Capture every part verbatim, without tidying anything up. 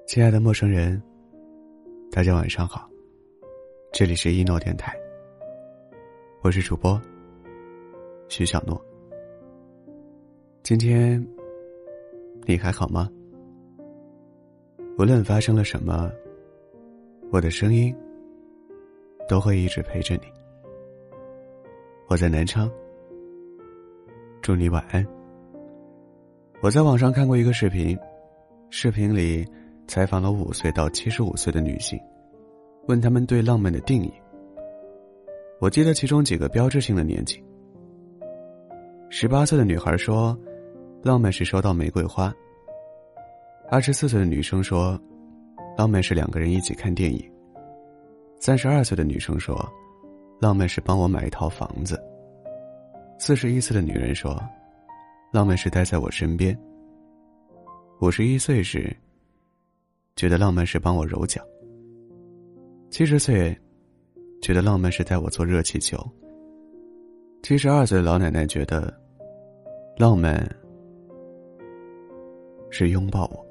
亲爱的陌生人，大家晚上好，这里是一诺电台，我是主播徐小诺。今天你还好吗？无论发生了什么，我的声音都会一直陪着你。我在南昌，祝你晚安。我在网上看过一个视频，视频里采访了五岁到七十五岁的女性，问她们对浪漫的定义。我记得其中几个标志性的年纪。十八岁的女孩说，浪漫是收到玫瑰花。二十四岁的女生说，浪漫是两个人一起看电影。三十二岁的女生说，浪漫是帮我买一套房子。四十一岁的女人说，浪漫是待在我身边。五十一岁时，觉得浪漫是帮我揉脚。七十岁，觉得浪漫是带我坐热气球。七十二岁的老奶奶觉得，浪漫是拥抱我。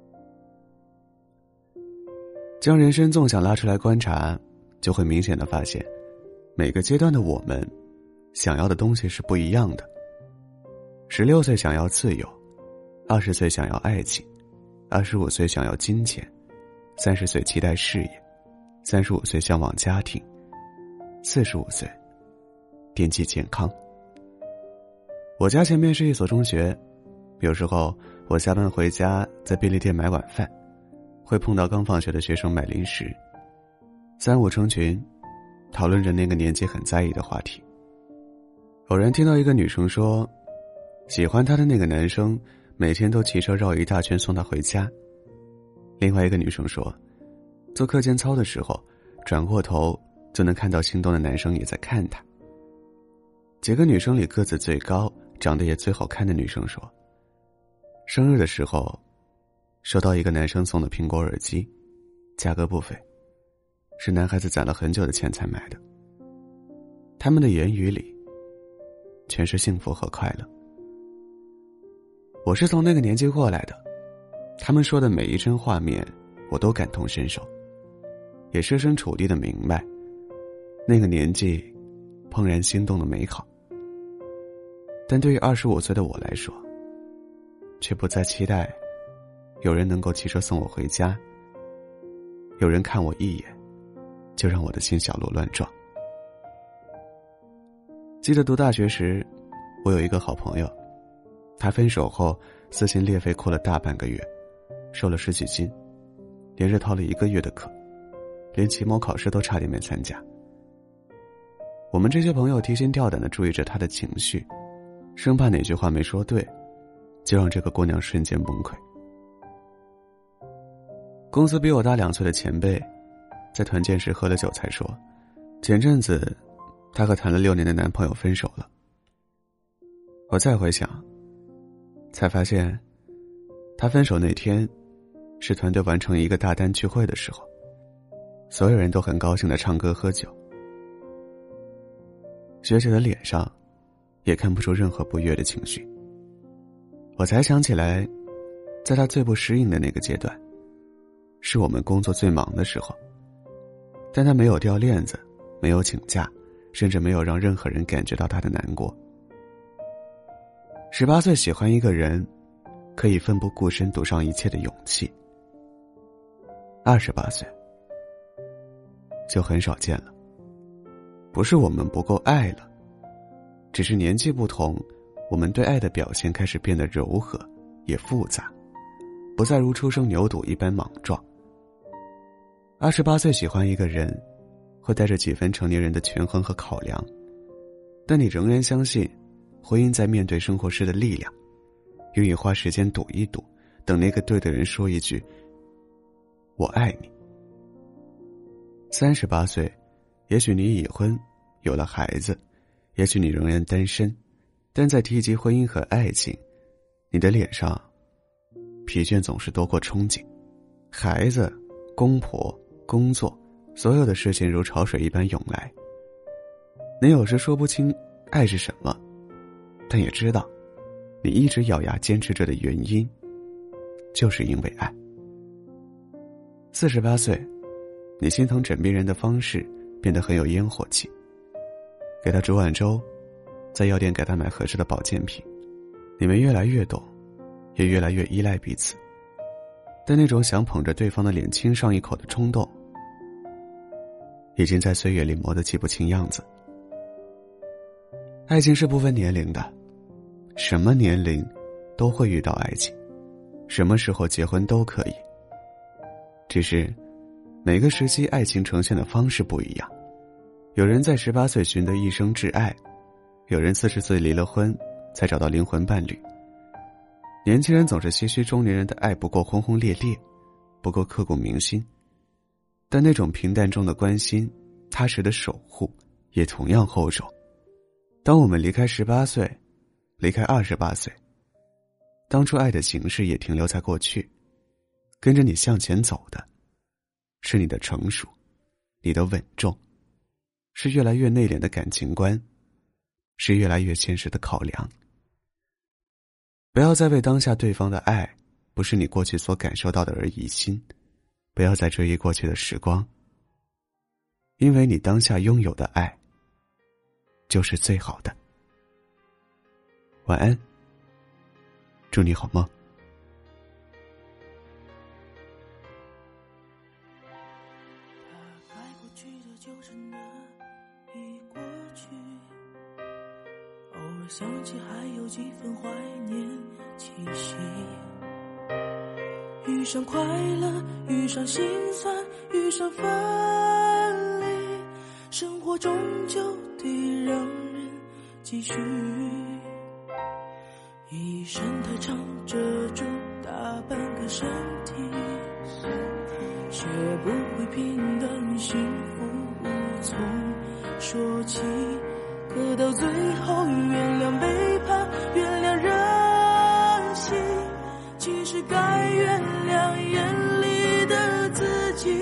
将人生纵向拉出来观察，就会明显的发现，每个阶段的我们想要的东西是不一样的。十六岁想要自由，二十岁想要爱情，二十五岁想要金钱，三十岁期待事业，三十五岁向往家庭，四十五岁惦记健康。我家前面是一所中学，有时候我下班回家在便利店买晚饭，会碰到刚放学的学生买零食，三五成群讨论着那个年纪很在意的话题。偶然听到一个女生说，喜欢她的那个男生每天都骑车绕一大圈送她回家。另外一个女生说，做课间操的时候转过头就能看到心动的男生也在看她。几个女生里个子最高长得也最好看的女生说，生日的时候收到一个男生送的苹果耳机，价格不菲，是男孩子攒了很久的钱才买的。他们的言语里全是幸福和快乐。我是从那个年纪过来的，他们说的每一帧画面我都感同身受，也设身处地的明白那个年纪怦然心动的美好。但对于二十五岁的我来说，却不再期待有人能够骑车送我回家，有人看我一眼就让我的心小鹿乱撞。记得读大学时，我有一个好朋友，他分手后撕心裂肺哭了大半个月，瘦了十几斤，连着逃了一个月的课，连期末考试都差点没参加。我们这些朋友提心吊胆地注意着他的情绪，生怕哪句话没说对就让这个姑娘瞬间崩溃。公司比我大两岁的前辈在团建时喝了酒才说，前阵子她和谈了六年的男朋友分手了。我再回想，才发现她分手那天是团队完成一个大单聚会的时候，所有人都很高兴地唱歌喝酒，学姐的脸上也看不出任何不悦的情绪。我才想起来，在她最不适应的那个阶段，是我们工作最忙的时候，但她没有掉链子，没有请假，甚至没有让任何人感觉到她的难过。十八岁喜欢一个人，可以奋不顾身赌上一切的勇气。二十八岁就很少见了。不是我们不够爱了，只是年纪不同，我们对爱的表现开始变得柔和也复杂，不再如初生牛犊一般莽撞。二十八岁喜欢一个人，会带着几分成年人的权衡和考量，但你仍然相信婚姻在面对生活时的力量，愿意花时间赌一赌，等那个对的人说一句我爱你。三十八岁，也许你已婚有了孩子，也许你仍然单身，但在提及婚姻和爱情，你的脸上疲倦总是多过憧憬。孩子、公婆、工作，所有的事情如潮水一般涌来，你有时说不清爱是什么，但也知道你一直咬牙坚持着的原因就是因为爱。 四十八岁，你心疼枕边人的方式变得很有烟火气，给他煮碗粥，在药店给他买合适的保健品，你们越来越懂，也越来越依赖彼此。但那种想捧着对方的脸亲上一口的冲动，已经在岁月里磨得记不清样子。爱情是不分年龄的，什么年龄都会遇到爱情，什么时候结婚都可以。只是每个时期爱情呈现的方式不一样，有人在十八岁寻得一生挚爱，有人四十岁离了婚才找到灵魂伴侣。年轻人总是唏嘘中年人的爱不够轰轰烈烈，不够刻骨铭心，但那种平淡中的关心，踏实的守护也同样厚重。当我们离开十八岁，离开二十八岁，当初爱的形式也停留在过去，跟着你向前走的是你的成熟，你的稳重，是越来越内敛的感情观，是越来越现实的考量。不要再为当下对方的爱不是你过去所感受到的而疑心，不要再追忆过去的时光，因为你当下拥有的爱就是最好的。晚安，祝你好梦。 大概过去的就真的已过去，偶尔想起还有几分怀念气息。遇上快乐，遇上心酸，遇上分离，生活终究得让人继续。一生太长，遮住大半个身体，学不会平淡，幸福无从说起，可到最后原谅背叛，原谅任性，其实该原谅眼里的自己。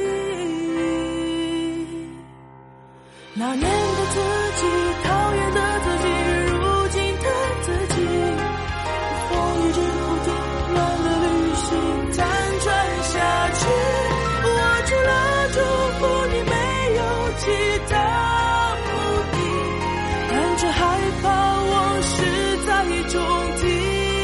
那年的自己，讨厌的自己，如今的自己，风雨之后跌乱的旅行，辗转下去。我除了祝福你没有其他目的，但却害怕往事再重提。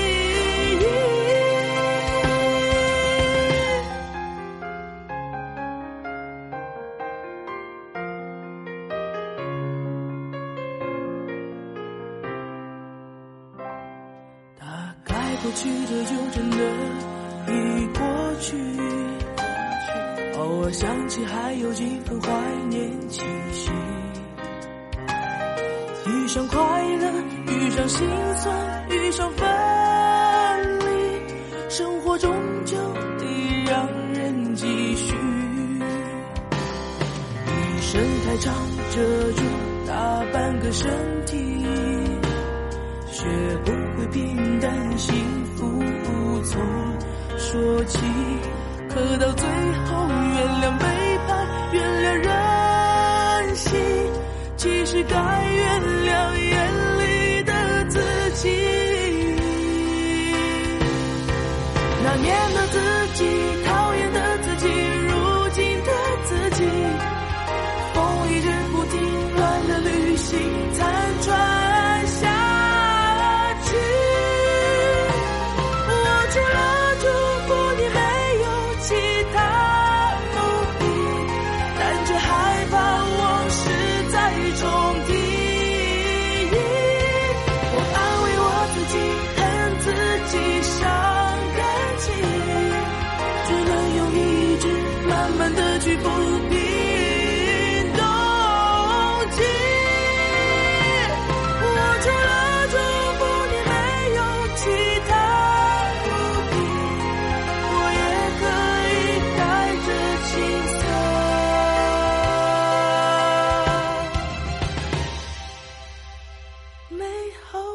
大概过去的就真的已过去，偶尔想起还有几分怀念气息。遇上快乐，遇上心酸，遇上分离，生活终究得让人继续。一生太长，遮住大半个身体，学不会平淡，幸福无从说起，可到最后原谅背叛，原谅任性，其实该原谅眼里的自己。那年的自己，讨厌的自己，如今的自己，风一直不停乱的旅行，残喘下去。我除了祝福你没有其他目的，但却害怕往事再重提。我安慰我自己，恨自己伤感情，只能用意志慢慢的去抚平动机。我除了祝福你没有其他目的，我也可以带着青涩美好